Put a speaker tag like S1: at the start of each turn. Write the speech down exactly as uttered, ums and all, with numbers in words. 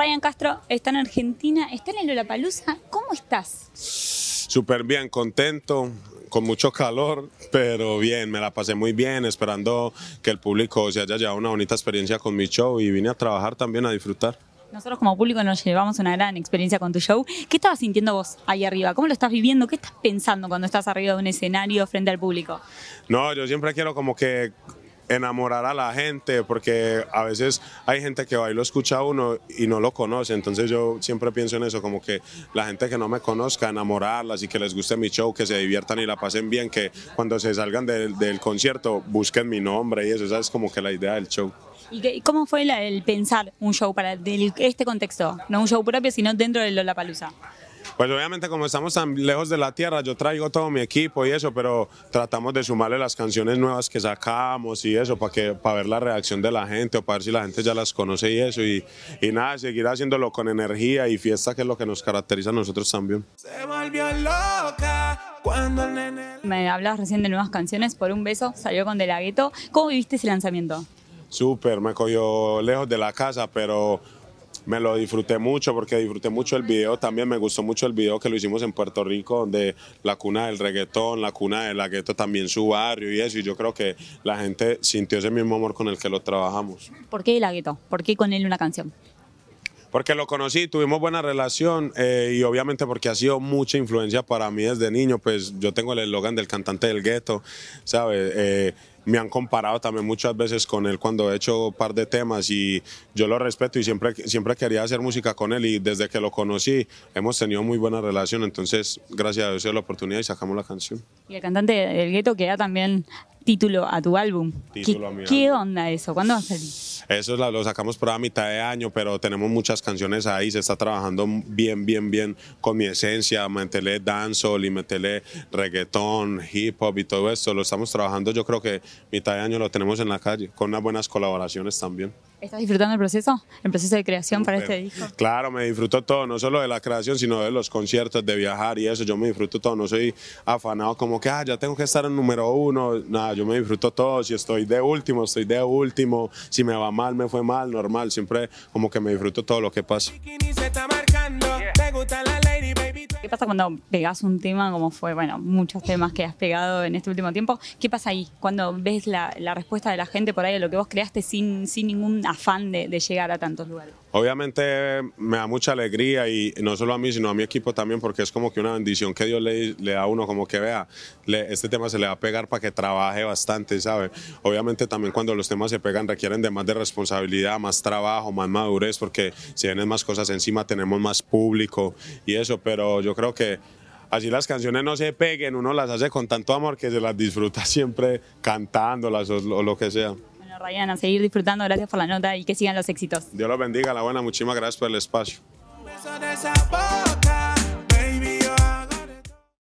S1: Ryan Castro está en Argentina, está en el Lollapalooza. ¿Cómo estás?
S2: Súper bien, contento, con mucho calor, pero bien, me la pasé muy bien, esperando que el público se haya llevado una bonita experiencia con mi show y vine a trabajar también, a disfrutar.
S1: Nosotros como público nos llevamos una gran experiencia con tu show. ¿Qué estabas sintiendo vos ahí arriba? ¿Cómo lo estás viviendo? ¿Qué estás pensando cuando estás arriba de un escenario frente al público?
S2: No, yo siempre quiero como que enamorar a la gente, porque a veces hay gente que va y lo escucha a uno y no lo conoce, entonces yo siempre pienso en eso, como que la gente que no me conozca, enamorarlas y que les guste mi show, que se diviertan y la pasen bien, que cuando se salgan del, del concierto busquen mi nombre y eso, esa es como que la idea del show.
S1: ¿Y qué, cómo fue la, el pensar un show para del, este contexto? No un show propio, sino dentro del Lollapalooza.
S2: Pues obviamente como estamos tan lejos de la tierra, yo traigo todo mi equipo y eso, pero tratamos de sumarle las canciones nuevas que sacamos y eso, para que para ver la reacción de la gente o para ver si la gente ya las conoce y eso, y, y nada, seguir haciéndolo con energía y fiesta, que es lo que nos caracteriza a nosotros también.
S3: Se volvió loca cuando el nene...
S1: Me hablabas recién de nuevas canciones, Por un beso, salió con De La Ghetto. ¿Cómo viviste ese lanzamiento?
S2: Súper, me cogió lejos de la casa, pero me lo disfruté mucho porque disfruté mucho el video, también me gustó mucho el video que lo hicimos en Puerto Rico, donde la cuna del reggaetón, la cuna de la gueto, también su barrio y eso, y yo creo que la gente sintió ese mismo amor con el que lo trabajamos.
S1: ¿Por qué De La Ghetto? ¿Por qué con él una canción?
S2: Porque lo conocí, tuvimos buena relación eh, y obviamente porque ha sido mucha influencia para mí desde niño, pues yo tengo el eslogan del cantante del gueto, ¿sabes? Eh, me han comparado también muchas veces con él cuando he hecho un par de temas y yo lo respeto y siempre, siempre quería hacer música con él, y desde que lo conocí hemos tenido muy buena relación, entonces gracias a Dios dio la oportunidad y sacamos la canción.
S1: Y el cantante del gueto que da también título a tu álbum.
S2: Título
S1: ¿Qué,
S2: a mi
S1: ¿Qué
S2: álbum.
S1: onda eso? ¿Cuándo va a salir?
S2: Eso lo sacamos por a mitad de año, pero tenemos muchas canciones ahí, se está trabajando bien, bien, bien con mi esencia, meterle dancehall y meterle reggaetón, hip hop y todo esto, lo estamos trabajando, yo creo que mitad de año lo tenemos en la calle, con unas buenas colaboraciones también.
S1: ¿Estás disfrutando el proceso? ¿El proceso de creación para
S2: Super.
S1: este disco?
S2: Claro, me disfruto todo, no solo de la creación, sino de los conciertos, de viajar y eso, yo me disfruto todo, no soy afanado como que ah, ya tengo que estar en número uno, nada, yo me disfruto todo, si estoy de último, estoy de último, si me va mal, me fue mal, normal, siempre como que me disfruto todo lo que pasa.
S1: ¿Qué pasa cuando pegas un tema como fue, bueno, muchos temas que has pegado en este último tiempo? ¿Qué pasa ahí cuando ves la, la respuesta de la gente por ahí a lo que vos creaste sin, sin ningún afán de, de llegar a tantos lugares?
S2: Obviamente me da mucha alegría y no solo a mí, sino a mi equipo también, porque es como que una bendición que Dios le, le da a uno, como que vea, le, este tema se le va a pegar para que trabaje bastante, ¿sabe? Obviamente también cuando los temas se pegan requieren de más de responsabilidad, más trabajo, más madurez, porque si vienen más cosas encima tenemos más público y eso, pero yo creo que así las canciones no se peguen, uno las hace con tanto amor que se las disfruta siempre cantándolas o, o lo que sea.
S1: Bueno, Ryan, a seguir disfrutando, gracias por la nota y que sigan los éxitos.
S2: Dios los bendiga, la buena, muchísimas gracias por el espacio.
S3: Un beso de sabor.